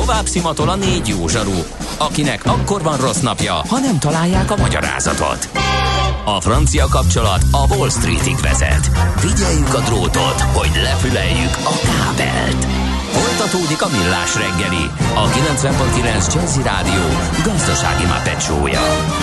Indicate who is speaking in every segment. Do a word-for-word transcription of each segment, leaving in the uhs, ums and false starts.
Speaker 1: tovább szimatol a négy jó zsaru, akinek akkor van rossz napja, ha nem találják a magyarázatot. A francia kapcsolat a Wall Streetig vezet. Figyeljük a drótot, hogy lefüleljük a kábelt. Folytatódik a Millás reggeli, a kilencven pont kilenc Jazzy Rádió gazdasági mápecsója.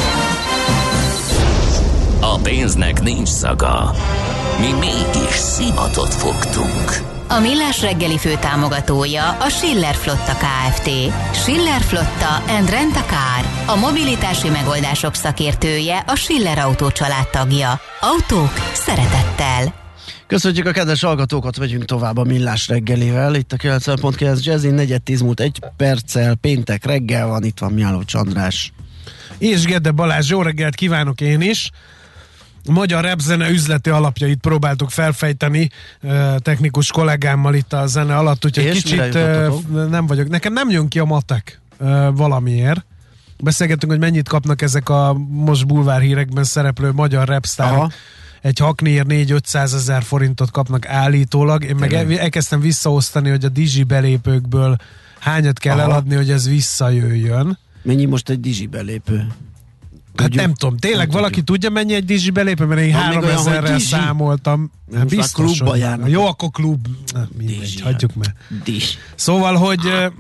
Speaker 1: A pénznek nincs szaga. Mi mégis szimatot fogtunk.
Speaker 2: A Millás reggeli főtámogatója a Schiller Flotta Kft. Schiller Flotta and Rent a Car. A mobilitási megoldások szakértője, a Schiller Autó család tagja. Autók szeretettel.
Speaker 3: Köszönjük a kedves hallgatókat, vegyünk tovább a Millás reggelivel. Itt a kilencven pont kilenc Jazzy, negyed tíz múlt egy perccel, péntek reggel van, itt van Mihálovics András.
Speaker 4: És Gede Balázs, jó reggelt kívánok én is. A magyar rapzene üzleti alapjait próbáltuk felfejteni uh, technikus kollégámmal itt a zene alatt, úgyhogy
Speaker 3: és
Speaker 4: kicsit uh, nem vagyok. Nekem nem jön ki a matek uh, valamiért. Beszélgettünk, hogy mennyit kapnak ezek a most bulvárhírekben szereplő magyar rapsztárok. Egy hakniért négy-ötszázezer forintot kapnak állítólag. Én meg el, elkezdtem visszaosztani, hogy a Dizsi belépőkből hányat kell Aha. eladni, hogy ez visszajöjjön.
Speaker 3: Mennyi most egy Dizsi belépő?
Speaker 4: Hát nem tudom, tényleg nem valaki tudjuk. tudja mennyi egy Dizsi belépő, mert én háromezerrel számoltam.
Speaker 3: Nem, biztos, klubba járnak.
Speaker 4: Jó, akkor klub. Mindegy,
Speaker 3: Dizsi,
Speaker 4: hagyjuk meg.
Speaker 3: Dizsi.
Speaker 4: Szóval, hogy,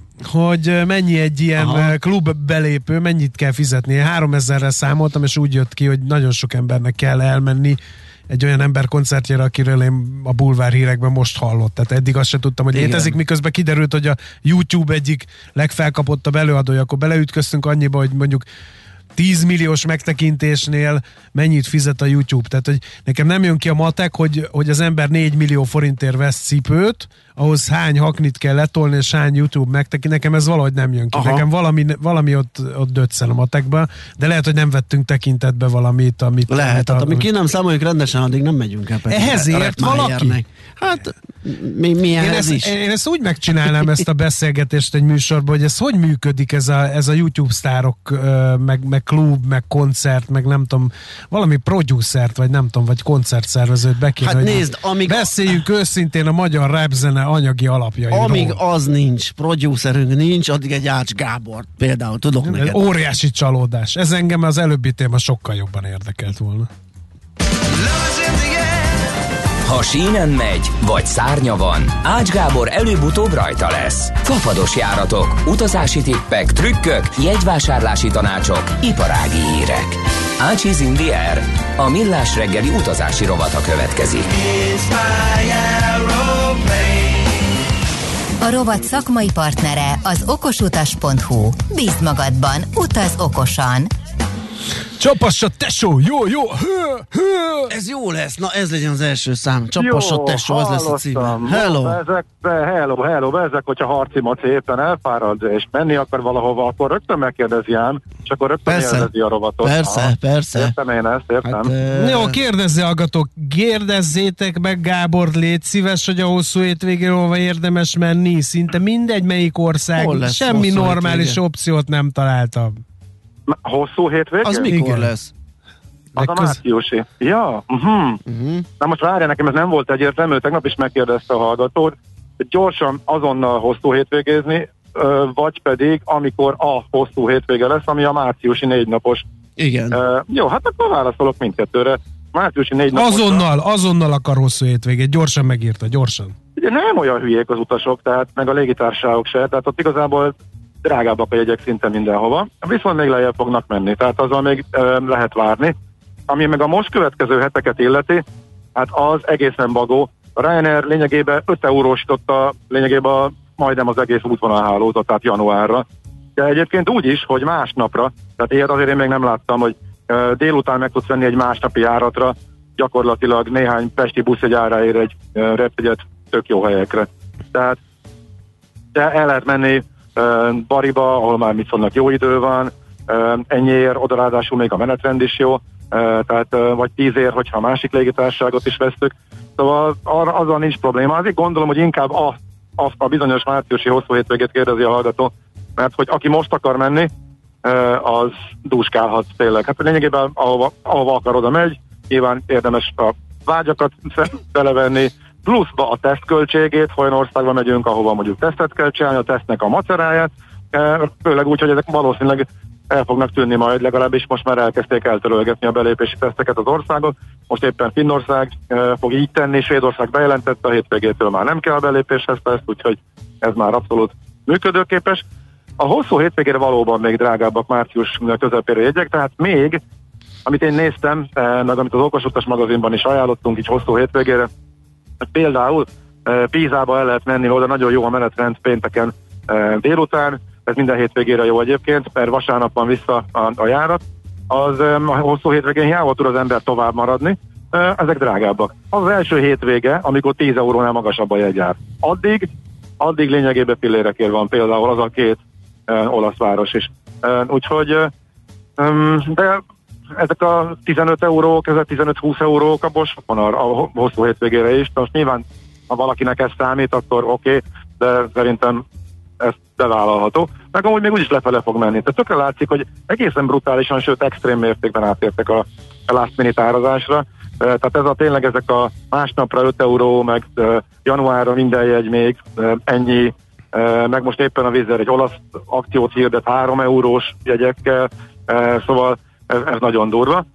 Speaker 4: hogy mennyi egy ilyen Aha. klub belépő, mennyit kell fizetni. Én háromezerrel számoltam, és úgy jött ki, hogy nagyon sok embernek kell elmenni egy olyan ember koncertjére, akiről én a bulvárhírekben most hallott. Tehát eddig azt sem tudtam, hogy Igen. létezik, miközben kiderült, hogy a YouTube egyik legfelkapottabb előadója, akkor beleütköztünk annyiba, hogy mondjuk tíz milliós megtekintésnél mennyit fizet a YouTube. Tehát, hogy nekem nem jön ki a matek, hogy, hogy az ember négy millió forintért vesz cipőt, ahhoz hány haknit kell letolni, és hány YouTube megtekint. Nekem ez valahogy nem jön ki. Aha. Nekem valami, valami ott, ott döccen a matekban, de lehet, hogy nem vettünk tekintetbe valamit, amit...
Speaker 3: Lehet,
Speaker 4: amit
Speaker 3: tehát
Speaker 4: a,
Speaker 3: amíg ki nem számoljuk rendesen, addig nem megyünk el.
Speaker 4: Ehhezért valaki?
Speaker 3: Hát, mi, mi
Speaker 4: én, ezt, is? én ezt úgy megcsinálnám ezt a beszélgetést egy műsorban, hogy ez hogy működik ez a, ez a YouTube sztárok, meg, meg klub, meg koncert, meg nem tudom, valami producert, vagy nem tudom, vagy koncertszervezőt be kéne,
Speaker 3: hát nézd, amíg
Speaker 4: beszéljünk a... őszintén a magyar rapzene anyagi alapjairól.
Speaker 3: Amíg az nincs, producerünk nincs, addig egy Ács Gábor például, tudok neked.
Speaker 4: Óriási csalódás. Ez engem az előbbi téma sokkal jobban érdekelt volna.
Speaker 1: Ha sínen megy, vagy szárnya van, Ács Gábor előbb-utóbb rajta lesz. Fafados járatok, utazási tippek, trükkök, jegyvásárlási tanácsok, iparági hírek. Ácsiz in the air. A Millás reggeli utazási rovata következik.
Speaker 2: A rovat szakmai partnere az okosutas pont hu. Bízd magadban, utaz okosan!
Speaker 4: Csapassa tesó, jó, jó, hő, hő.
Speaker 3: Ez jó lesz, na ez legyen az első szám. Csapassa tesó, ez lesz a cím. Hello.
Speaker 5: Bezek, be, hello, hello, bezek, hogyha harci maci éppen elfárad és menni akar valahova, akkor rögtön megkérdezi ám, és akkor rögtön élvezi a rovatot.
Speaker 3: Persze,
Speaker 5: Aha.
Speaker 3: persze.
Speaker 5: Értem én ezt, értem. Hát,
Speaker 4: e... Jó, kérdezze hallgatók, kérdezzétek meg Gábor, légy szíves, hogy a hosszú hétvégén hova érdemes menni, szinte mindegy melyik ország, semmi normális hétvége? Opciót nem találtam.
Speaker 5: Hosszú hétvégén?
Speaker 3: Az mikor Igen. lesz?
Speaker 5: Az a márciusi. Ja, uh-huh. Uh-huh. Na most várja, nekem ez nem volt egyértelmű, tegnap is megkérdezte a hallgatót, hogy gyorsan azonnal hosszú hétvégézni, vagy pedig amikor a hosszú hétvége lesz, ami a márciusi négy napos.
Speaker 3: Igen.
Speaker 5: Uh, jó, hát akkor válaszolok mindkettőre. Márciusi négy napos.
Speaker 4: Azonnal, azonnal akar hosszú hétvégét, gyorsan megírta, gyorsan.
Speaker 5: Ugye nem olyan hülyék az utasok, tehát meg a légitársaságok se, tehát ott igazából drágábbak a jegyek szinte mindenhova, viszont még lejjebb fognak menni, tehát azzal még ö, lehet várni. Ami meg a most következő heteket illeti, hát az egészen bagó. A Ryanair lényegében öt eurósította lényegében majdnem az egész útvonalhálózat, tehát januárra. De egyébként úgy is, hogy másnapra, tehát ilyet azért én még nem láttam, hogy ö, délután meg tudsz venni egy másnapi járatra, gyakorlatilag néhány pesti busz egy áráért egy ö, repjegyet tök jó helyekre. Tehát de el lehet menni Bariba, ahol már mit szólnak, jó idő van, ennyiért, oda ráadásul még a menetrend is jó, tehát vagy tízért, hogyha a másik légitársaságot is vesztük. Szóval azzal nincs probléma. Azért gondolom, hogy inkább a, a, a bizonyos márciusi hosszú hétvégét kérdezi a hallgató, mert hogy aki most akar menni, az dúskálhat tényleg. Hát lényegében ahova, ahova akar, oda megy, nyilván érdemes a vágyakat belevenni, pluszba a tesztköltségét, ha olyan országba megyünk, ahova mondjuk tesztet kell csinálni, a tesztnek a maceráját, főleg úgy, hogy ezek valószínűleg el fognak tűnni majd, legalábbis most már elkezdték eltörölgetni a belépési teszteket az országot. Most éppen Finnország fog így tenni, Svédország bejelentette, a hétvégétől már nem kell belépéshez teszt, úgyhogy ez már abszolút működőképes. A hosszú hétvégére valóban még drágábbak március közepére jegyek, tehát még, amit én néztem, meg amit az Okosutas magazinban is ajánlottunk így hosszú hétvégére, például Pízába el lehet menni, oda nagyon jó a menetrend pénteken délután, ez minden hétvégére jó egyébként, mert vasárnap van vissza a, a járat, az a hosszú hétvégén hiába tud az ember tovább maradni, ezek drágábbak. Az az első hétvége, amikor tíz eurónál magasabb a jegyár. Addig, addig lényegében pillérekért van például az a két olasz város is. Úgyhogy de ezek a tizenöt eurók, ezek tizenöt-húsz eurók abból sok van a, a hosszú hétvégére is. Most nyilván, ha valakinek ez számít, akkor oké, okay, de szerintem ez bevállalható. Meg amúgy még úgyis lefele fog menni. Tehát tökre látszik, hogy egészen brutálisan, sőt extrém mértékben átértek a last minute árazásra. Tehát ez a tényleg ezek a másnapra öt euró, meg januárra minden jegy még ennyi, meg most éppen a Wizz egy olasz akciót hirdet három eurós jegyekkel, szóval ez, ez nagyon durva.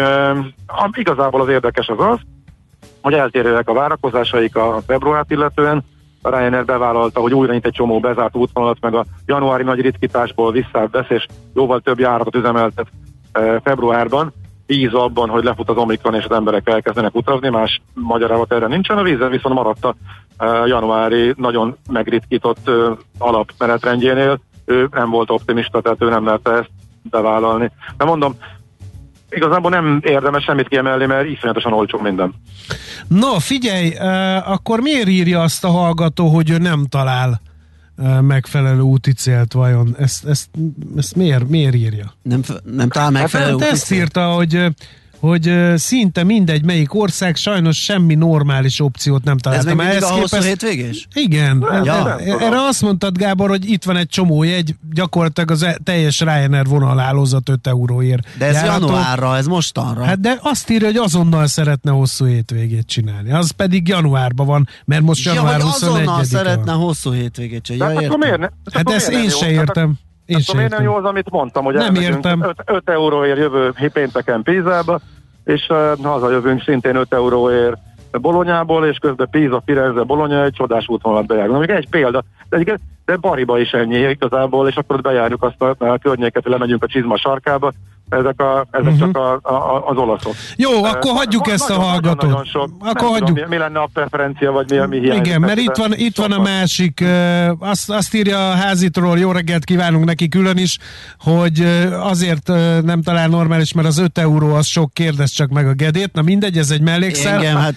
Speaker 5: Igazából az érdekes az az, hogy eltérőek a várakozásaik a februárt illetően. A Ryanair bevállalta, hogy újra nyit egy csomó bezárt útvonalat, meg a januári nagy ritkításból visszavesz, és jóval több járatot üzemeltet februárban. Bíz abban, hogy lefut az Omikron, és az emberek elkezdenek utazni, más magyarávat erre nincsen. A Wizz viszont maradt a januári nagyon megritkított alapmenetrendjénél. Ő nem volt optimista, tehát ő nem merte ezt bevállalni. De mondom, igazából nem érdemes semmit kiemelni, mert iszonyatosan olcsó minden.
Speaker 4: No, figyelj, uh, akkor miért írja azt a hallgató, hogy ő nem talál uh, megfelelő úti célt vajon? Ezt, ezt, ezt miért, miért írja?
Speaker 3: Nem, nem talál megfelelő
Speaker 4: hát,
Speaker 3: úti
Speaker 4: ezt írta, hogy hogy szinte mindegy melyik ország, sajnos semmi normális opciót nem találtam.
Speaker 3: Ez még mindig a hosszú
Speaker 4: képest...
Speaker 3: hétvégés?
Speaker 4: Igen.
Speaker 3: Ja.
Speaker 4: Erre azt mondtad, Gábor, hogy itt van egy csomó jegy, gyakorlatilag az teljes Ryanair vonalhálózat öt euróért.
Speaker 3: De ez
Speaker 4: járható.
Speaker 3: Januárra, ez mostanra.
Speaker 4: Hát de azt írja, hogy azonnal szeretne hosszú hétvégét csinálni. Az pedig januárban van, mert most január
Speaker 3: ja,
Speaker 4: huszonegyedike
Speaker 3: azonnal szeretne
Speaker 4: van.
Speaker 3: hosszú hétvégét csinálni.
Speaker 5: Ja,
Speaker 3: ja,
Speaker 5: akkor miért ne?
Speaker 4: Hát ezt én se értem. Én
Speaker 5: akkor miért nem jó az, amit mondtam, hogy
Speaker 4: nem értem.
Speaker 5: öt euróért jövő pénteken Pízába, és uh, hazajövünk szintén öt euróért Bolonyából, és közben Pisa, Firenze, Bologna egy csodás útvonalat bejárunk. Még egy példa, de, de Bariba is ennyi igazából, és akkor bejárjuk azt a, a környéket, hogy lemegyünk a Csizma sarkába, ezek, a, ezek uh-huh. csak a, a, az olaszok.
Speaker 4: Jó, uh, akkor hagyjuk uh, ezt nagyon, a hallgatót. Nagyon, nagyon sok, akkor hagyjuk. Tudom, mi, mi lenne a preferencia, vagy mi, mi hiányzik. Igen, mert itt van, itt van a másik, uh, azt, azt írja a házitról, jó reggelt kívánunk neki külön is, hogy uh, azért uh, nem talál normális, mert az öt euró az sok, kérdez csak meg a Gedét. Na mindegy, ez egy mellékszel.
Speaker 3: Igen, hát.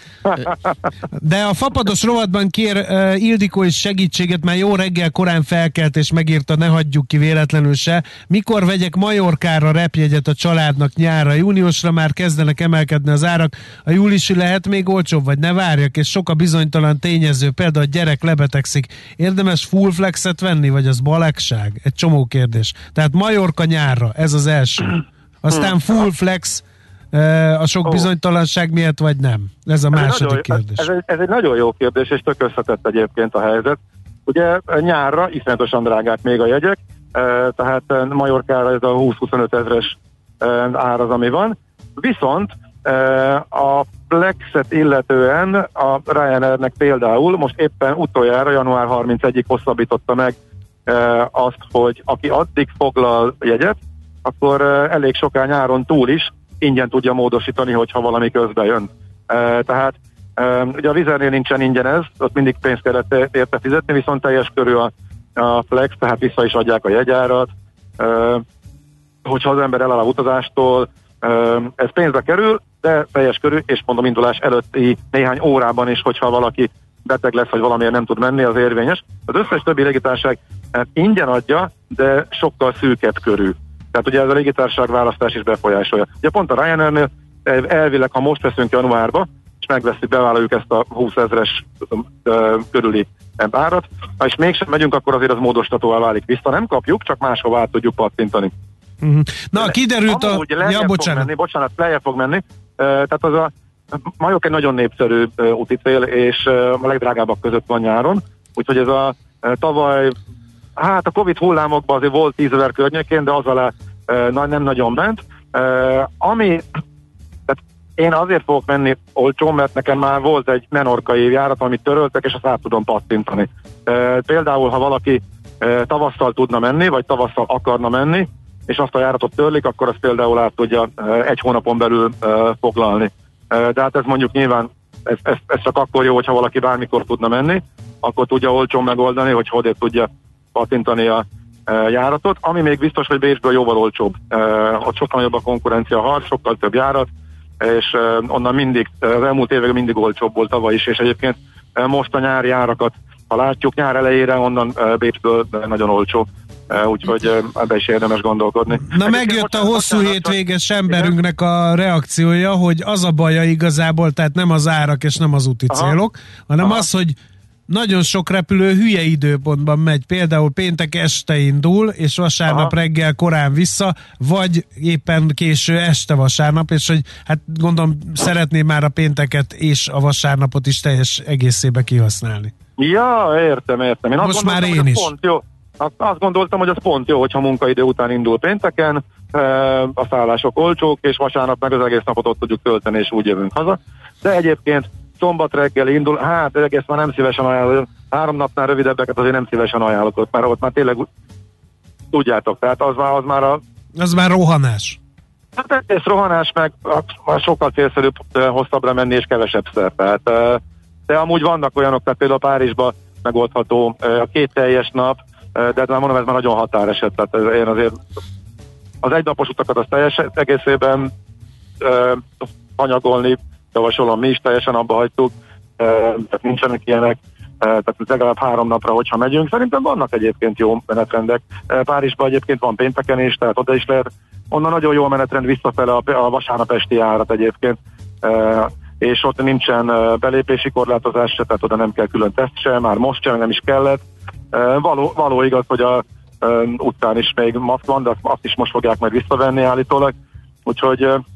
Speaker 4: De a fapados rovatban kér uh, Ildikó is segítséget, már jó reggel korán felkelt és megírta, ne hagyjuk ki véletlenül se. Mikor vegyek Majorkára repjegyet a családnak nyárra? Júniusra már kezdenek emelkedni az árak. A júliusi lehet még olcsóbb, vagy ne várjak, és sok a bizonytalan tényező, például a gyerek lebetegszik. Érdemes full flexet venni, vagy az balagság? Egy csomó kérdés. Tehát Majorka nyárra, ez az első. Aztán full flex a sok bizonytalanság miatt, vagy nem? Ez a ez második
Speaker 5: nagyon,
Speaker 4: kérdés.
Speaker 5: Ez, ez, ez egy nagyon jó kérdés, és tök összetett egyébként a helyzet. Ugye nyárra iszonyatosan drágák még a jegyek, tehát Majorkára ez a húsz-huszonöt ezres ár az, ami van. Viszont a Flexet illetően a Ryanairnek például most éppen utoljára január harmincegyedikéig hosszabbította meg azt, hogy aki addig foglal jegyet, akkor elég soká nyáron túl is ingyen tudja módosítani, hogyha valami közbe jön. Tehát ugye a Wizz-nél nincsen ingyen ez, ott mindig pénzt kellett érte fizetni, viszont teljes körű a, a Flex, tehát vissza is adják a jegyárat. Hogyha az ember eláll a utazástól, ez pénzbe kerül, de teljes körű, és mondom indulás előtti néhány órában is, hogyha valaki beteg lesz, vagy valamiért nem tud menni, az érvényes. Az összes többi légitársaság ingyen adja, de sokkal szűkebb körű. Tehát ugye ez a légitársaság választás is befolyásolja. Ugye pont a Ryanairnél elvileg, ha most veszünk januárba, és megveszik, bevállaljuk ezt a húsz ezres körüli árat, ha és mégsem megyünk, akkor azért az módosítatóvá válik. Vissza nem kapjuk, csak máshova át tudjuk pattintani.
Speaker 4: Uh-huh. Na, kiderült a... Ja, bocsánat.
Speaker 5: Menni, bocsánat, lejjebb fog menni. Uh, tehát az a Majorka egy nagyon népszerű uh, úti cél, és uh, a legdrágábbak között van nyáron, úgyhogy ez a uh, tavaly Hát a Covid hullámokban azért volt tízezer környékén, de az alá uh, nem nagyon ment. Uh, ami, tehát én azért fogok menni olcsón, mert nekem már volt egy menorkai járat, amit töröltek, és azt át tudom pattintani. Uh, például, ha valaki uh, tavasszal tudna menni, vagy tavasszal akarna menni, és azt a járatot törlik, akkor azt például át tudja uh, egy hónapon belül uh, foglalni. Uh, de hát ez mondjuk nyilván, ez, ez, ez csak akkor jó, hogyha valaki bármikor tudna menni, akkor tudja olcsón megoldani, hogy hodét tudja pattintani a uh, járatot. Ami még biztos, hogy Bécsből jóval olcsóbb. Uh, ott sokkal nagyobb a konkurencia harc, sokkal több járat, és uh, onnan mindig, az elmúlt években mindig olcsóbb volt tavaly is, és egyébként uh, most a nyári járakat, ha látjuk nyár elejére, onnan uh, Bécsből uh, nagyon olcsó. Uh, úgyhogy uh, ebbe is érdemes gondolkodni.
Speaker 4: Na, megjött a hosszú hétvéges emberünknek a reakciója, hogy az a baja igazából, tehát nem az árak és nem az úti Aha. célok, hanem Aha. az, hogy nagyon sok repülő hülye időpontban megy, például péntek este indul, és vasárnap Aha. reggel korán vissza, vagy éppen késő este vasárnap, és hogy hát gondolom szeretné már a pénteket és a vasárnapot is teljes egészébe kihasználni.
Speaker 5: Ja, értem, értem. Én
Speaker 4: Most már én is.
Speaker 5: Pont jó. Azt gondoltam, hogy az pont jó, hogyha munkaidő után indul pénteken, a szállások olcsók, és vasárnap meg az egész napot ott tudjuk tölteni, és úgy jövünk haza. De egyébként szombat reggel indul, hát egész már nem szívesen ajánlok, három napnál rövidebbeket azért nem szívesen ajánlok, mert ott már tényleg tudjátok, tehát az már, az már a...
Speaker 4: Az már rohanás.
Speaker 5: Hát ez rohanás, meg már sokkal célszerűbb hosszabbra menni, és kevesebb szer, tehát de amúgy vannak olyanok, tehát például Párizsban megoldható a két teljes nap, de hát már mondom, ez már nagyon határeset, tehát én azért az egynapos utakat az teljes egészében uh, anyagolni, javasolom, mi is teljesen abba hagytuk, uh, tehát nincsenek ilyenek, uh, tehát legalább három napra, hogyha megyünk. Szerintem vannak egyébként jó menetrendek. Uh, Párizsban egyébként van pénteken is, tehát oda is lehet, onnan nagyon jó a menetrend visszafele a, a vasárnap esti járat egyébként, uh, és ott nincsen uh, belépési korlátozás se, tehát oda nem kell külön teszt se, már most sem, nem is kellett. Uh, való, való igaz, hogy a uh, utcán is még maszk van, de azt, azt is most fogják majd visszavenni állítólag, úgyhogy uh,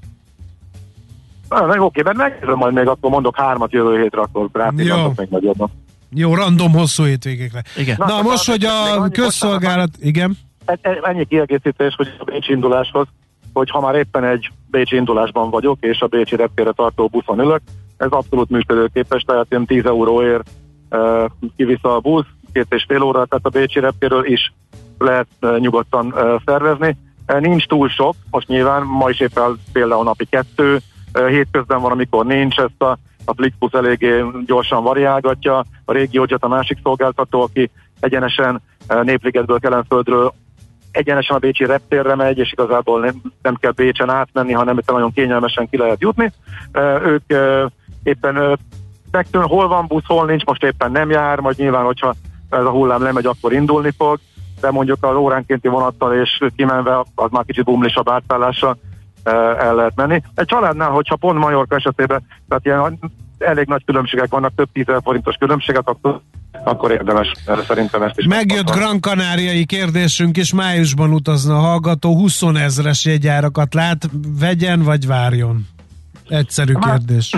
Speaker 5: meg oké, mert megnézem majd még, akkor mondok hármat jövő hétre, akkor rápillantok még nagyobban.
Speaker 4: Jó, random hosszú hétvégékre. Igen. Na, Na most, hogy a közszolgálat... Igen?
Speaker 5: Ennyi kiegészítés, hogy a bécsi induláshoz, hogy ha már éppen egy bécsi indulásban vagyok, és a bécsi reptérre tartó buszon ülök, ez abszolút működőképes, tehát ilyen tíz euróért uh, kivisz a busz, két és fél óra, tehát a bécsi reptérről is lehet uh, nyugodtan uh, szervezni. Uh, nincs túl sok, most nyilván ma is éppen például napi kettő, uh, hétközben van, amikor nincs, ezt a, a Flixbus eléggé gyorsan variálgatja, a RegioJet a másik szolgáltató, aki egyenesen uh, Népligetből, Kelenföldről egyenesen a bécsi reptérre megy, és igazából nem, nem kell Bécsen átmenni, hanem itt nagyon kényelmesen ki lehet jutni. Uh, ők uh, éppen uh, megtűn, hol van busz, hol nincs, most éppen nem jár, majd nyilván, hogyha ez a hullám lemegy, akkor indulni fog, de mondjuk az óránkénti vonattal és kimenve az már kicsit bumlisabb átszállással uh, el lehet menni. Egy családnál, hogyha pont Majorka esetében, tehát ilyen elég nagy különbségek vannak, több tízezer forintos különbségek, akkor akkor érdemes szerintem ezt is.
Speaker 4: Megjött Gran Canáriai kérdésünk, és májusban utazna a hallgató, huszonezres jegyárakat lát, vegyen vagy várjon? Egyszerű kérdés.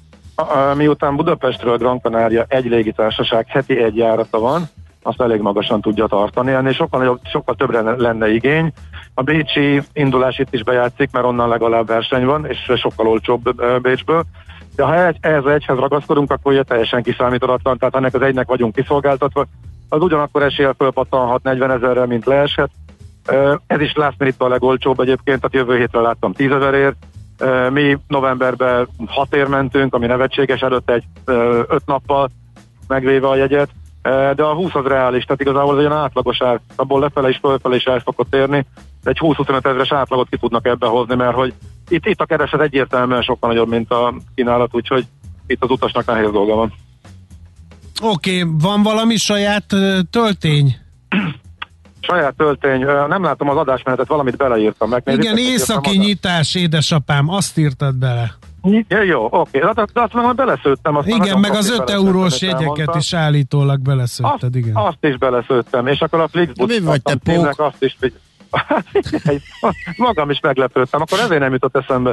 Speaker 5: Miután Budapestről Gran Canária egy légitársaság heti egy járata van, azt elég magasan tudja tartani, ennél sokkal, nagyobb, sokkal többre lenne igény. A bécsi indulás itt is bejátszik, mert onnan legalább verseny van, és sokkal olcsóbb Bécsből. De ha ehhez az egyhez ragaszkodunk, akkor ugye teljesen kiszámítatlan, tehát ennek az egynek vagyunk kiszolgáltatva, az ugyanakkor eséllyel fölpattanhat negyvenezerre, mint leeshet. Ez is last minute a legolcsóbb egyébként, tehát jövő hétre láttam tízezerért. Mi novemberben hatér mentünk, ami nevetséges, előtt egy öt nappal megvéve a jegyet, de a húsz az reális, tehát igazából az egy átlagos ár, abból lefele is, fölfele is el szokott érni, de egy húsz-huszonöt ezres átlagot ki tudnak ebbe hozni, mert hogy itt, itt a kereset egyértelműen sokkal nagyobb, mint a kínálat, úgyhogy itt az utasnak nehéz dolga van.
Speaker 4: Oké, okay, van valami saját uh, töltény?
Speaker 5: Saját töltény, uh, nem látom az adásmenetet, valamit beleírtam. Megnézik,
Speaker 4: igen, északi nyitás, édesapám, azt írtad bele.
Speaker 5: Ja, jó, oké, okay. de, de azt már beleszőttem.
Speaker 4: Igen, meg az öt eurós jegyeket is állítólag beleszőtted,
Speaker 5: azt,
Speaker 4: igen.
Speaker 5: Azt is beleszőttem, és akkor a Flixbus azt is, magam is meglepődtem, akkor ezért nem jutott eszembe.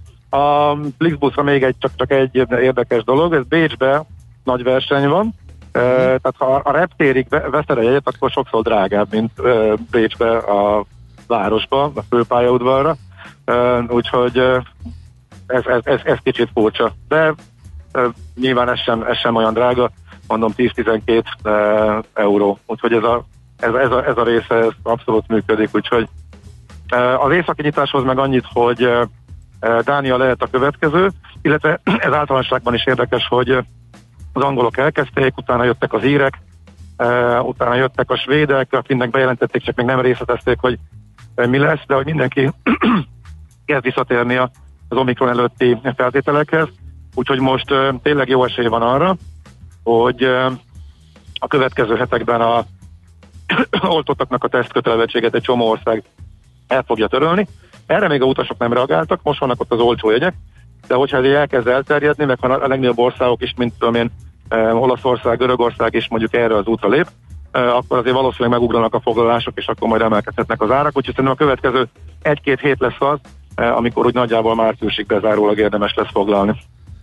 Speaker 5: A Flixbusra még egy, csak, csak egy érdekes dolog, ez Bécsbe nagy verseny van, Tehát ha a reptérig veszel egy jegyet, akkor sokszor drágább, mint Bécsbe, a városba, a főpályaudvarra. Úgyhogy ez, ez, ez, ez kicsit furcsa. De nyilván ez sem, ez sem olyan drága, mondom tíz-tizenkét euró. Úgyhogy ez a, ez, ez, a, ez a része ez abszolút működik. Úgyhogy az északi nyitáshoz meg annyit, hogy Dánia lehet a következő, illetve ez általánosságban is érdekes, hogy az angolok elkezdték, utána jöttek az írek, utána jöttek a svédek, a finnek bejelentették, csak még nem részletezték, hogy mi lesz, de hogy mindenki kezd visszatérni az Omikron előtti feltételekhez. Úgyhogy most uh, tényleg jó esély van arra, hogy uh, a következő hetekben a oltottaknak a tesztkötelezettséget egy csomó ország el fogja törölni. Erre még a utasok nem reagáltak, most vannak ott az olcsó jegyek, de hogyha ez elkezd elterjedni, meg a legnagyobb országok is, mint tudom én, uh, Olaszország, Görögország is mondjuk erre az útra lép, uh, akkor azért valószínűleg megugranak a foglalások, és akkor majd emelkedhetnek az árak. Úgyhogy szerintem a következő egy-két hét lesz az, uh, amikor úgy nagyjából márciusig bezárólag érdemes lesz foglalni.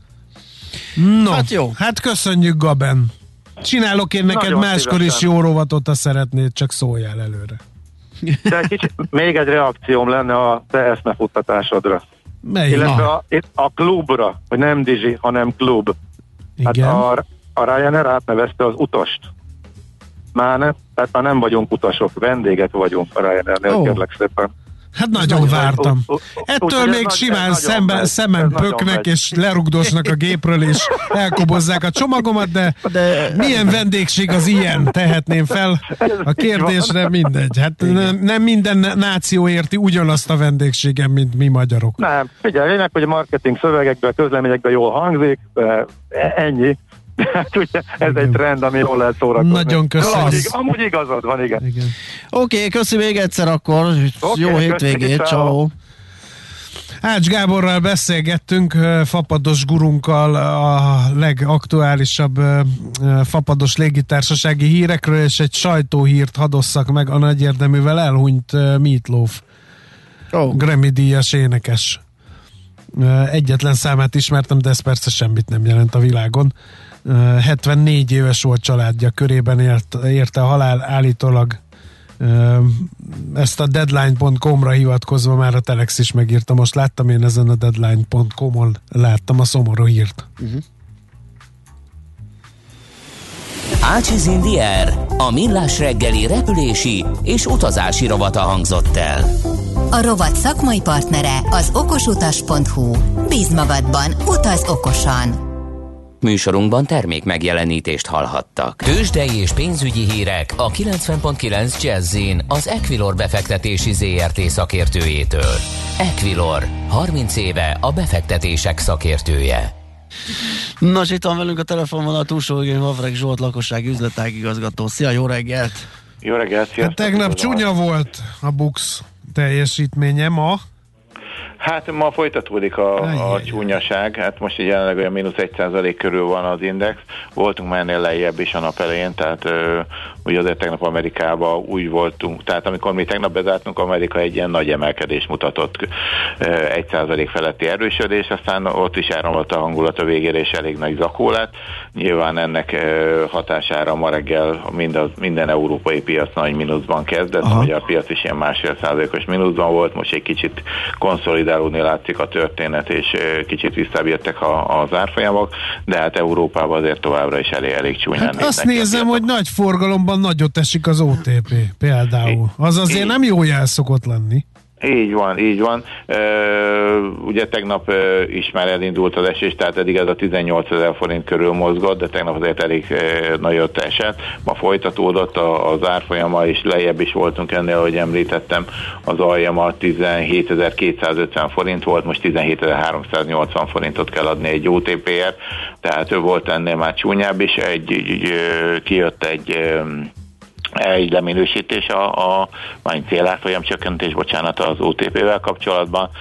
Speaker 4: No, hát jó. Hát köszönjük, Gaben. Csinálok én neked nagyon máskor szívesen. Is jó rovatot, ha szeretnéd, csak szóljál előre.
Speaker 5: De egy kicsit, még egy reakcióm lenne a te eszmefuttatásodra.
Speaker 4: Mely?
Speaker 5: Illetve a, a klubra, hogy nem Dizsi, hanem klub.
Speaker 4: Igen.
Speaker 5: Hát a, a Ryanair átnevezte az utast. Már ne, tehát már nem vagyunk utasok, vendégek vagyunk a Ryanairnél, oh. Kérlek szépen.
Speaker 4: Hát nagyon vártam. Ettől még simán szemben, szemen pöknek és lerugdosnak a gépről és elkobozzák a csomagomat, de, de milyen vendégség az ilyen? Tehetném fel a kérdésre, mindegy. Hát nem minden náció érti ugyanazt a vendégségen, mint mi magyarok.
Speaker 5: Nem, figyelj, meg, hogy a marketing szövegekben, közleményekben jól hangzik, ennyi. Hát ugye ez egy trend, ami jól lehet szórakozni.
Speaker 4: Nagyon köszönöm.
Speaker 5: Amúgy, amúgy igazad van, igen. igen.
Speaker 3: Oké, okay, köszi még egyszer akkor. Okay, jó hétvégét, ciao.
Speaker 4: Ács Gáborral beszélgettünk, fapados gurunkkal a legaktuálisabb fapados légitársasági hírekről, és egy sajtóhírt hadosszak meg, a nagy érdeművel elhunyt Meat Loaf. Oh. Grammy-díjas énekes. Egyetlen számát ismertem, de ez persze semmit nem jelent a világon. hetvennégy éves volt, családja körében ért, érte a halál, állítólag ezt a deadline pont com-ra hivatkozva már a Telex is megírta. Most láttam én ezen a deadline pont com-on, láttam a szomorú hírt. Uh-huh.
Speaker 1: Ácsiz in the Air, a millás reggeli repülési és utazási rovata hangzott el.
Speaker 2: A rovat szakmai partnere az okosutas pont hu. Bízz magadban, utazz okosan!
Speaker 1: Műsorunkban termék megjelenítést hallhattak. Tőzsdei és pénzügyi hírek a kilencven pont kilenc Jazzin az Equilor befektetési zé er té szakértőjétől. Equilor, harminc éve a befektetések szakértője.
Speaker 3: Nos, itt van velünk a telefonvonal túlsó végén Vavreg Zsolt, lakossági üzletágigazgató. Szia, jó reggelt!
Speaker 6: Jó reggelt, sziasztok!
Speaker 4: Hát tegnap csúnya volt a Bux teljesítménye, ma?
Speaker 6: Hát ma folytatódik a, a csúnyaság, hát most jelenleg olyan mínusz egy százalék körül van az index, voltunk már ennél lejjebb is a nap elején, tehát ö, ugye azért tegnap Amerikában úgy voltunk, tehát amikor mi tegnap bezártunk, Amerika egy ilyen nagy emelkedés mutatott, egy százalék feletti erősödés, aztán ott is áramlott a hangulat a végére, és elég nagy zakó lett. Nyilván ennek ö, hatására ma reggel mind az, minden európai piac nagy mínuszban kezdett, aha. A magyar piac is ilyen másfél százalékos mínuszban volt, most egy kicsit konszolidálódni látszik a történet, és kicsit visszább jöttek az árfolyamok, de hát Európában azért továbbra is elég, elég csúnyán
Speaker 4: hát azt nézem, hogy nagy forgalomban nagyot esik az o té pé például. Az azért nem jó jel szokott lenni.
Speaker 6: Így van, így van. Uh, ugye tegnap uh, is már elindult az esés, tehát eddig ez a tizennyolcezer forint körül mozgott, de tegnap azért elég uh, nagyot esett. Ma folytatódott a, az árfolyama, és lejjebb is voltunk ennél, ahogy említettem, az aljama tizenhétezer-kétszázötven forint volt, most tizenhétezer-háromszáznyolcvan forintot kell adni egy o té pé-ért, tehát ő volt ennél már csúnyább is, egy, egy, egy, kijött egy egy leminősítés a, a majd célárfolyam csökkentés, bocsánat, az o té pé-vel kapcsolatban,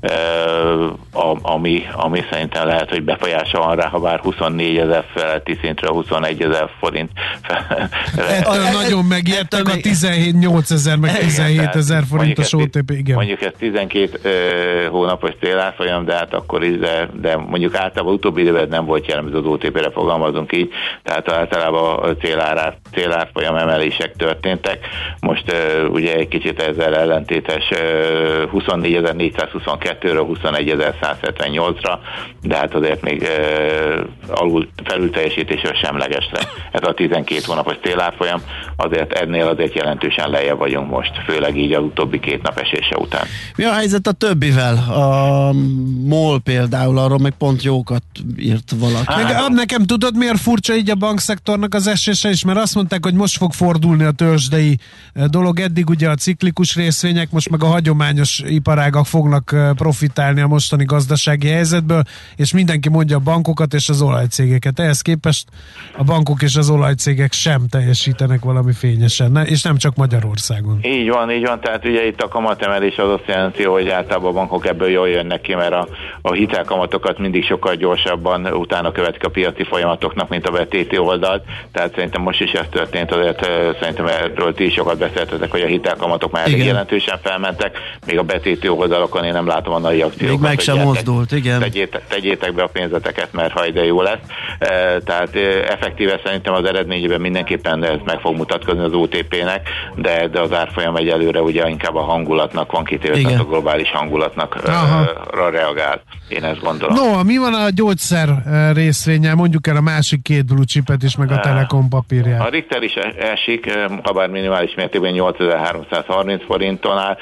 Speaker 6: a, ami, ami szerintem lehet, hogy befolyása van rá, ha bár huszonnégyezer feletti szintről huszonegyezer forint fel,
Speaker 4: Ettől nagyon megijedtek a tizenhét nyolcezer meg tizenhétezer forintos o té pé, igen.
Speaker 6: Mondjuk ez tizenkét uh, hónapos célárfolyam, de hát akkor is, de, de mondjuk általában utóbbi időben nem volt jellemző, az o té pére fogalmazunk így, tehát általában a célár, célárfolyam emelések történtek. Most uh, ugye egy kicsit ezzel ellentétes uh, huszonnégyezer-négyszázhuszonkettőről huszonegyezer-százhetvennyolcra, de hát azért még uh, alul felülteljesítésről semleges lesz. Ez a tizenkét hónapos célárfolyam, azért ennél azért jelentősen lejjebb vagyunk most, főleg így az utóbbi két nap esése után.
Speaker 3: Mi a helyzet a többivel? A MOL például, arról meg pont jókat írt valaki.
Speaker 4: Hát, nekem tudod, miért furcsa így a bankszektornak az esése is? Mert azt mondták, hogy most fog fordulni a törzsdei dolog. Eddig ugye a ciklikus részvények, most meg a hagyományos iparágak fognak profitálni a mostani gazdasági helyzetből, és mindenki mondja a bankokat és az olajcégeket. Ehhez képest a bankok és az olajcégek sem teljesítenek valami fényesen, ne? És nem csak Magyarországon.
Speaker 6: Így van, így van, tehát ugye itt a kamatemelés az azt jelenti, hogy általában a bankok ebből jól jönnek ki, mert a, a hitelkamatokat mindig sokkal gyorsabban utána követik a piaci folyamatoknak, mint a bé té té oldalt, tehát szerintem most is ez történt, azért szerintem erről ti is sokat beszéltetek, hogy a hitelkamatok már elég jelentősen felmentek, még a bé té té oldalakon én nem látom a nagy akciókat.
Speaker 3: Még meg sem mozdult, igen.
Speaker 6: Tegyétek, tegyétek be a pénzeteket, mert ha ide jó lesz. E, tehát effektíve szerintem az eredményében mindenképpen ez meg fog mutatkozni az o té pé-nek, de, de az árfolyam egyelőre ugye inkább a hangulatnak van kitéve, tehát a globális hangulatnak ra reagál. Én ezt gondolom.
Speaker 4: No, mi van a gyógyszer részvénnyel? Mondjuk el a másik két blue chipet is, meg a Telekom papírját.
Speaker 6: A Richter is esik, ha bár minimális mértékben nyolcezer-háromszázharminc forinton áll.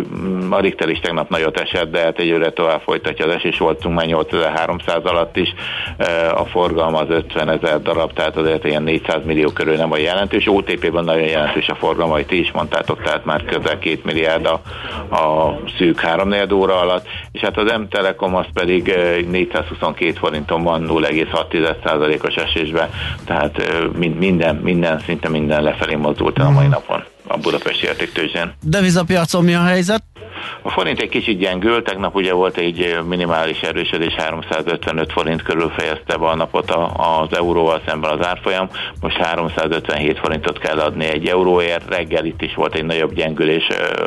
Speaker 6: A Richter is tegnap nagyot esett, de hát egyőre tovább folytatja az esés, voltunk már nyolcezer-háromszáz alatt is. A forgalma az ötvenezer darab, tehát azért ilyen négyszáz millió körül nem a jelentős. o té pében nagyon jelentős a forgalma, hogy ti is mondtátok, tehát már közel két milliárd a, a szűk háromnegyed óra alatt, és hát az M-Telekom az pedig négyszázhuszonkét forinton van nulla egész hat százalékos esésben, tehát minden, minden, szinte minden lefelé mozdult a mai napon a budapesti értéktőzsdén.
Speaker 3: Devizapiacon mi a helyzet?
Speaker 6: A forint egy kicsit gyengül, tegnap ugye volt egy minimális erősödés, háromszázötvenöt forint körül fejezte be a napot az euróval szemben az árfolyam, most háromszázötvenhét forintot kell adni egy euróért, reggel itt is volt egy nagyobb gyengülés,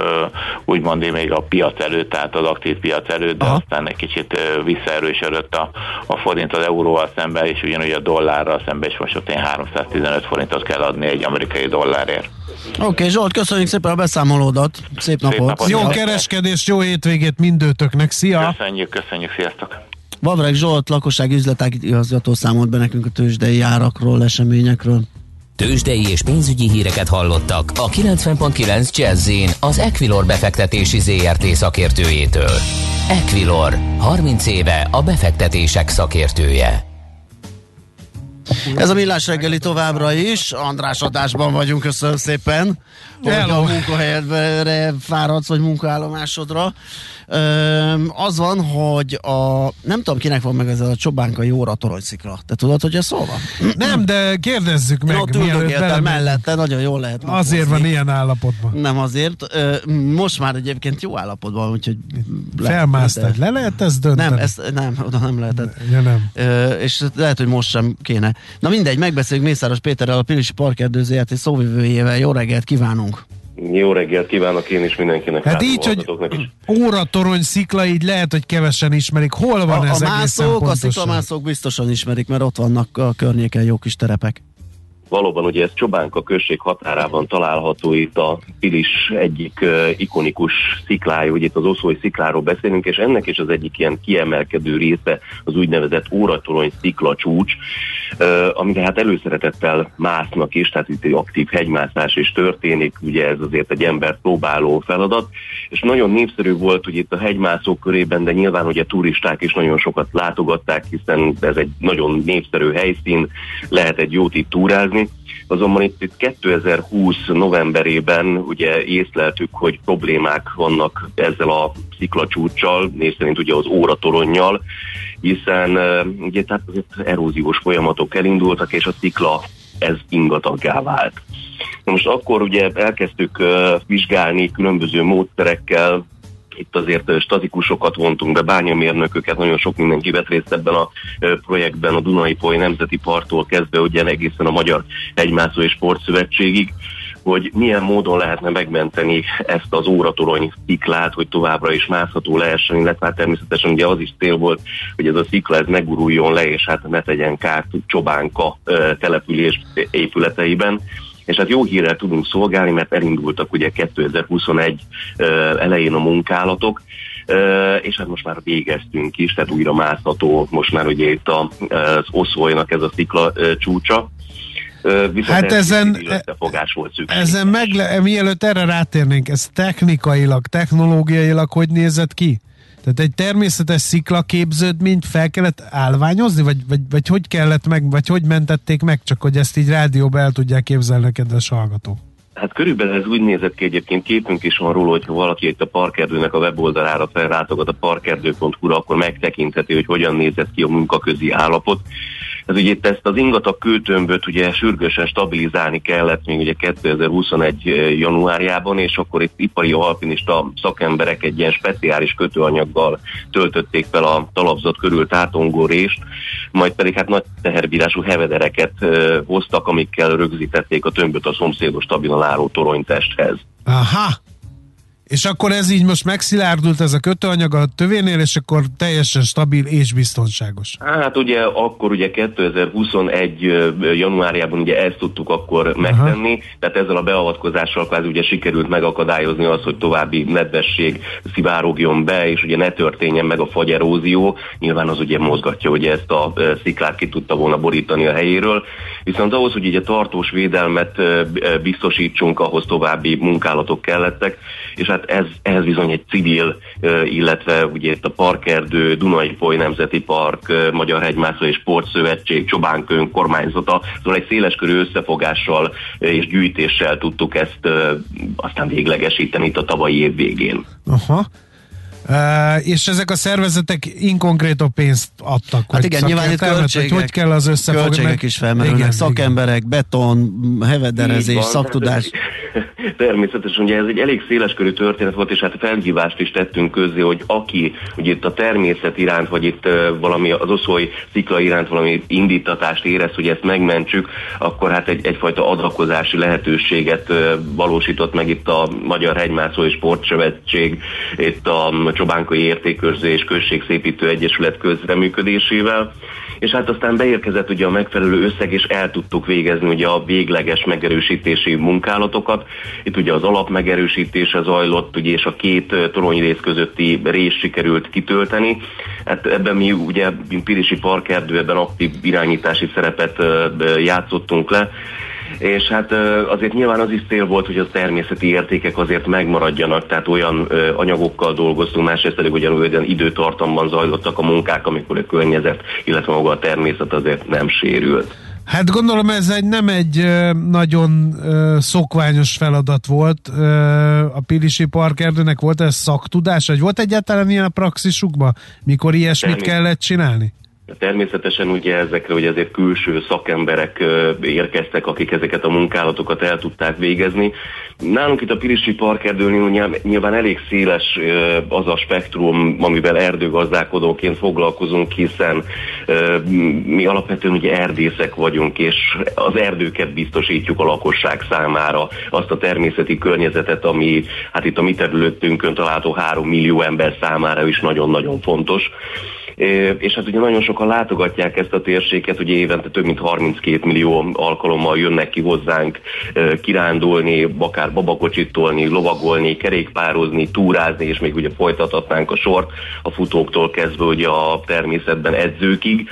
Speaker 6: úgymond még a piac előtt, tehát az aktív piac előtt, de Aha. aztán egy kicsit visszaerősödött a, a forint az euróval szemben, és ugyanúgy a dollárral szemben, és most ott én háromszáztizenöt forintot kell adni egy amerikai dollárért.
Speaker 3: Oké, okay, Zsolt, köszönjük szépen a beszámolódat. Szép napot. Szép napot.
Speaker 4: Jó kereskedést, jó hétvégét mindőtöknek. Szia!
Speaker 6: Köszönjük, köszönjük, sziasztok!
Speaker 3: Vavreg Zsolt, lakossági üzletigazgató számolt be nekünk a tőzsdei árakról, eseményekről.
Speaker 1: Tőzsdei és pénzügyi híreket hallottak a kilencven pont kilenc Jazz-in az Equilor befektetési zé er té szakértőjétől. Equilor, harminc éve a befektetések szakértője.
Speaker 3: Ez a Millás reggeli továbbra is, András adásban vagyunk, köszönöm szépen, hogy a munkahelyedre fáradsz, vagy munkaállomásodra. Üm, az van, hogy a, nem tudom kinek van meg ez a csobánkai óra toronyszikra. Te tudod, hogy ez szól van?
Speaker 4: Nem, de kérdezzük meg.
Speaker 3: Ott üldögéltem mellette, nagyon jól lehet.
Speaker 4: Azért van ilyen állapotban.
Speaker 3: Nem azért. Most már egyébként jó állapotban, úgyhogy...
Speaker 4: Felmásztad. Le lehet ezt dönteni?
Speaker 3: Nem, ezt, nem, oda nem lehetett.
Speaker 4: Ja, nem.
Speaker 3: És lehet, hogy most sem kéne. Na mindegy, megbeszéljük Mészáros Péterrel, a Pilisi Parkerdő zé er té szóvivőjével. Jó reggelt kívánunk!
Speaker 7: Jó reggelt kívánok én is mindenkinek.
Speaker 4: Hát így, hogy óratorony szikla, így lehet, hogy kevesen ismerik. Hol van
Speaker 3: a,
Speaker 4: ez
Speaker 3: a
Speaker 4: egészen
Speaker 3: mászók,
Speaker 4: pontosan?
Speaker 3: A sziklamászók biztosan ismerik, mert ott vannak a környéken jó kis terepek.
Speaker 7: Valóban ugye ez Csobánka község határában található, itt a Pilis egyik uh, ikonikus sziklája, ugye itt az Oszói szikláról beszélünk, és ennek is az egyik ilyen kiemelkedő része az úgynevezett óratorony szikla csúcs, uh, amire hát előszeretettel másznak is, tehát itt egy aktív hegymászás is történik, ugye ez azért egy ember próbáló feladat, és nagyon népszerű volt ugye itt a hegymászók körében, de nyilván ugye turisták is nagyon sokat látogatták, hiszen ez egy nagyon népszerű helyszín, lehet egy jót itt túrázni. Azonban itt, itt kétezer-húsz novemberében ugye észleltük, hogy problémák vannak ezzel a sziklacsúccsal, név szerint ugye az óratoronnyal, hiszen ugye tehát azért eróziós folyamatok elindultak, és a szikla ez ingataggá vált. Most akkor ugye elkezdtük uh, vizsgálni különböző módszerekkel, itt azért statikusokat vontunk be, bányamérnököket, nagyon sok mindenki vett részt ebben a projektben, a Duna-Ipoly Nemzeti Parktól kezdve ugye egészen a Magyar Hegymászó és Sportszövetségig, hogy milyen módon lehetne megmenteni ezt az óratorony sziklát, hogy továbbra is mászható lehessen, illetve hát természetesen ugye az is cél volt, hogy ez a szikla ez ne guruljon le, és hát ne tegyen kárt Csobánka település épületeiben. És hát jó hírrel tudunk szolgálni, mert elindultak ugye kétezer-huszonegy elején a munkálatok, és hát most már végeztünk is, tehát újra mászható, most már ugye itt az Oszolynak ez a szikla csúcsa. Viszont
Speaker 4: hát ezen,
Speaker 7: volt
Speaker 4: ezen megle- mielőtt erre rátérnénk, ez technikailag, technológiailag hogy nézett ki? Tehát egy természetes sziklaképződményt fel kellett állványozni, vagy, vagy, vagy hogy kellett meg, vagy hogy mentették meg, csak hogy ezt így rádióba el tudják képzelni a kedves hallgató?
Speaker 7: Hát körülbelül ez úgy nézett ki, egyébként képünk is van róla, hogyha valaki itt a Parkerdőnek a weboldalára felrátogat a parkerdő pont hu-ra, akkor megtekintheti, hogy hogyan nézett ki a munkaközi állapot. Ez ugye itt ezt az ingatag kőtömböt ugye sürgősen stabilizálni kellett még ugye kétezer-huszonegy januárjában, és akkor itt ipari alpinista szakemberek egy ilyen speciális kötőanyaggal töltötték fel a talapzat körül tátongó rést, majd pedig hát nagy teherbírású hevedereket uh, hoztak, amikkel rögzítették a tömböt a szomszédos stabilan álló toronytesthez.
Speaker 4: Aha! És akkor ez így most megszilárdult ez a kötőanyag a tövénél, és akkor teljesen stabil és biztonságos.
Speaker 7: Hát ugye akkor ugye kétezer-huszonegy januárjában ugye ezt tudtuk akkor megtenni, aha, tehát ezzel a beavatkozással kvázi ugye sikerült megakadályozni azt, hogy további nedvesség szivárogjon be, és ugye ne történjen meg a fagyerózió. Nyilván az ugye mozgatja, hogy ezt a sziklát ki tudta volna borítani a helyéről. Viszont ahhoz, hogy ugye tartós védelmet biztosítsunk, ahhoz további munkálatok kellettek, és hát ez, ehhez bizony egy civil, illetve ugye itt a Parkerdő, Duna-Ipoly Nemzeti Park, Magyar Hegymászó és Sportszövetség, Csobánka önkormányzata, szóval egy széleskörű összefogással és gyűjtéssel tudtuk ezt aztán véglegesíteni itt a tavalyi év végén.
Speaker 4: Aha. Uh, és ezek a szervezetek inkonkrétabb pénzt adtak.
Speaker 3: Hát igen, nyilván itt költségek,
Speaker 4: hogy kell az összefogni.
Speaker 3: Költségek is felmerülnek, igen, szakemberek, igen, beton, hevederezés, szaktudás.
Speaker 7: Természetesen ugye ez egy elég széleskörű történet volt, és hát felhívást is tettünk közzé, hogy aki ugye itt a természet iránt, vagy itt uh, valami az Oszoly szikla iránt valami indítatást érez, hogy ezt megmentsük, akkor hát egy, egyfajta adakozási lehetőséget uh, valósított meg itt a Magyar Hegymászó és Sportszövetség, itt a Csobánkai Értékőrző és Községszépítő Egyesület közreműködésével, és hát aztán beérkezett ugye a megfelelő összeg, és el tudtuk végezni ugye a végleges megerősítési munkálatokat. Itt ugye az alapmegerősítése zajlott, ugye, és a két toronyrész közötti rés sikerült kitölteni. Hát ebben mi ugye, mint Pirisi Parkerdő, ebben aktív irányítási szerepet játszottunk le, és hát azért nyilván az is cél volt, hogy a természeti értékek azért megmaradjanak, tehát olyan anyagokkal dolgoztunk, másrészt pedig ugye olyan időtartamban zajlottak a munkák, amikor a környezet, illetve maga a természet azért nem sérült.
Speaker 4: Hát gondolom ez egy, nem egy nagyon uh, szokványos feladat volt uh, a Pirisi Parkerdőnek, volt ez szaktudás, vagy volt egyáltalán ilyen a praxisukban, mikor ilyesmit kellett csinálni?
Speaker 7: Természetesen ugye ezekre ugye azért külső szakemberek érkeztek, akik ezeket a munkálatokat el tudták végezni. Nálunk itt a Pirisi Parkerdőnél nyilván elég széles az a spektrum, amivel erdőgazdálkodóként foglalkozunk, hiszen mi alapvetően ugye erdészek vagyunk, és az erdőket biztosítjuk a lakosság számára, azt a természeti környezetet, ami hát itt a mi területünkön található három millió ember számára is nagyon-nagyon fontos. És hát ugye nagyon sokan látogatják ezt a térséget, ugye évente több mint harminckét millió alkalommal jönnek ki hozzánk kirándulni, akár babakocsitolni, lovagolni, kerékpározni, túrázni, és még ugye folytathatnánk a sort a futóktól kezdve ugye a természetben edzőkig.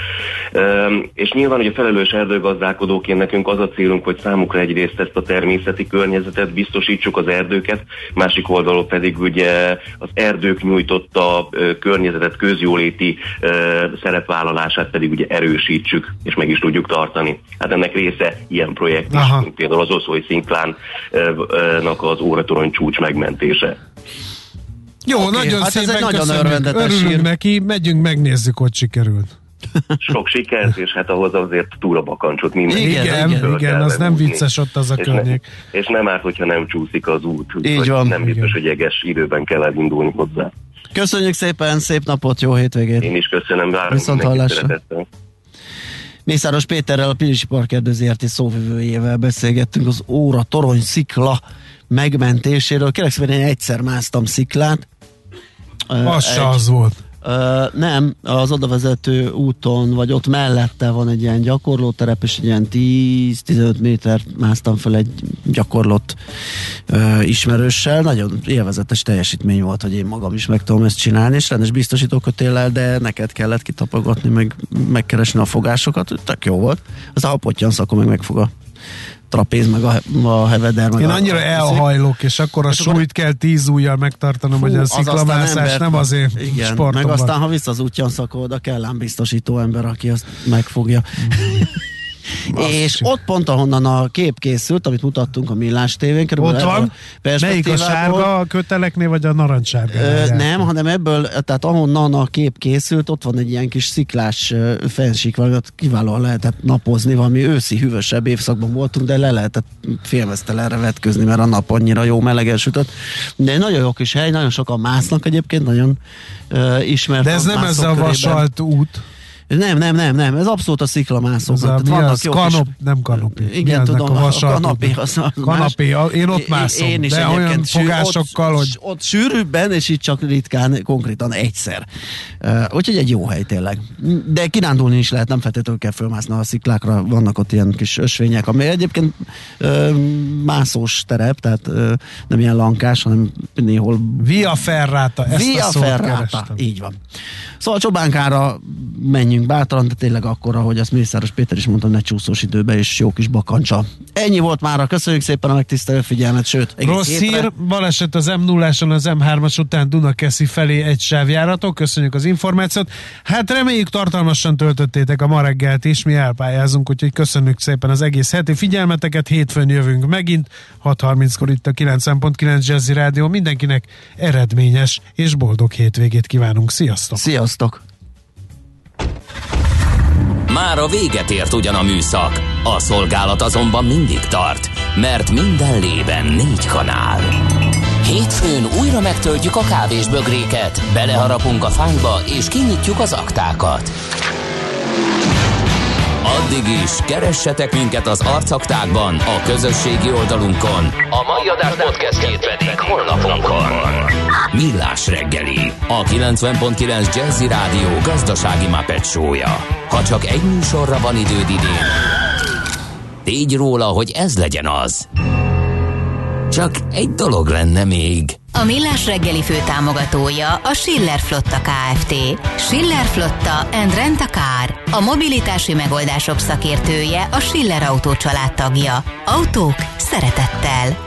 Speaker 7: És nyilván ugye felelős erdőgazdálkodóként nekünk az a célunk, hogy számukra egyrészt ezt a természeti környezetet biztosítsuk, az erdőket, másik oldalon pedig ugye az erdők nyújtotta környezetet, közjóléti szerepvállalását pedig ugye erősítsük, és meg is tudjuk tartani. Hát ennek része ilyen projekt is, mint például az Oszoly sziklánnak az óratorony csúcs megmentése.
Speaker 4: Jó, okay, nagyon hát szépen köszönjük, örülünk sír. neki, megyünk, megnézzük, hogy sikerült.
Speaker 7: Sok sikert, és hát ahhoz azért túrabakancsot minden.
Speaker 4: Igen, igen, igen, igen az nem húzni. Vicces ott az a és környék.
Speaker 7: Ne, és nem árt, hogyha nem csúszik az út.
Speaker 3: Így van.
Speaker 7: Nem biztos, hogy jeges időben kell elindulni hozzá.
Speaker 3: Köszönjük szépen, szép napot, jó hétvégét!
Speaker 7: Én is köszönöm, várom mindenkit szeretettel.
Speaker 3: Mészáros Péterrel, a Pilisi Parkerdő zé er té szóvivőjével beszélgettünk az Óra torony szikla megmentéséről. Kérlek szépen, én egyszer másztam sziklát.
Speaker 4: Az se az volt.
Speaker 3: Uh, nem, az odavezető úton, vagy ott mellette van egy ilyen gyakorlóterep, és egy ilyen tíz-tizenöt méter másztam fel egy gyakorlott uh, ismerőssel. Nagyon élvezetes teljesítmény volt, hogy én magam is meg tudom ezt csinálni, és rendes biztosítókötéllel, de neked kellett kitapogatni, meg megkeresni a fogásokat, tök jó volt. Aztán ha pottyansz, akkor meg megfog a trapéz, meg a, a heveder. Meg
Speaker 4: én
Speaker 3: a,
Speaker 4: annyira elhajlok, és akkor a és súlyt kell tíz ujjal megtartanom, fú, hogy a sziklamászás az nem azért
Speaker 3: igen,
Speaker 4: sportom.
Speaker 3: Meg aztán, ha vissza az útjansz, akkor oda kell ám biztosító ember, aki azt megfogja. És ott pont, ahonnan a kép készült, amit mutattunk a Millás tévén,
Speaker 4: ott van, melyik a sárga a köteleknél, vagy a narancssárga?
Speaker 3: Ö, nem, hanem ebből, tehát ahonnan a kép készült, ott van egy ilyen kis sziklás fensík, valamit kiválóan lehetett napozni, valami őszi, hűvösebb évszakban voltunk, de le lehetett félmeztelenre vetközni, mert a nap annyira jó melegen sütött. De nagyon jó kis hely, nagyon sokan másznak egyébként, nagyon uh, ismert.
Speaker 4: De ez nem ez a vasalt út?
Speaker 3: Nem, nem, nem, nem, ez abszolút a sziklamászók.
Speaker 4: Mi az? Kanop, nem kanopé.
Speaker 3: Igen, tudom, a, a kanapé. Az
Speaker 4: kanapé, én ott mászom, én is de olyan fogásokkal,
Speaker 3: ott,
Speaker 4: hogy...
Speaker 3: Ott sűrűbben, és itt csak ritkán, konkrétan egyszer. Uh, úgyhogy egy jó hely tényleg. De kirándulni is lehet, nem feltétlenül kell fölmászni a sziklákra, vannak ott ilyen kis ösvények, ami egyébként uh, mászós terep, tehát uh, nem ilyen lankás, hanem néhol...
Speaker 4: Via Ferrata, ezt
Speaker 3: Via
Speaker 4: a szót
Speaker 3: Ferrata,
Speaker 4: kerestem.
Speaker 3: így van. Szóval Csobánkára menjünk bátran, de tényleg akkor, ahogy azt Mészáros Péter is mondta, ne csúszós időbe, és jó kis bakancsa. Ennyi volt mára, köszönjük szépen a megtisztelő figyelmet, sőt,
Speaker 4: rossz hétre. Hír, baleset az em nulláson az em hármas után Dunakeszi felé egy sávjáratok, köszönjük az információt. Hát reméljük tartalmasan töltöttétek a ma reggelt is, mi elpályázunk, úgyhogy köszönjük szépen az egész heti figyelmeteket, hétfőn jövünk megint, hat harminckor itt a kilencven pont kilenc Jazzy Rádió, mindenkinek eredményes és boldog hétvégét kívánunk, sziasztok!
Speaker 3: Sziasztok!
Speaker 1: Már a véget ért ugyan a műszak, a szolgálat azonban mindig tart, mert minden lében négy kanál. Hétfőn újra megtöltjük a kávésbögréket, beleharapunk a fányba és kinyitjuk az aktákat. Addig is keressetek minket az arcaktákban, a közösségi oldalunkon. A mai adás podcastjét pedig honlapunkon. Millás reggeli, a kilencven pont kilenc Jazzy Rádió gazdasági Muppet show-ja. Ha csak egy műsorra van időd idén, tégy róla, hogy ez legyen az. Csak egy dolog lenne még.
Speaker 2: A Millás reggeli főtámogatója a Schiller Flotta Kft. Schiller Flotta and Rent a Car. A mobilitási megoldások szakértője, a Schiller Autó család tagja. Autók szeretettel.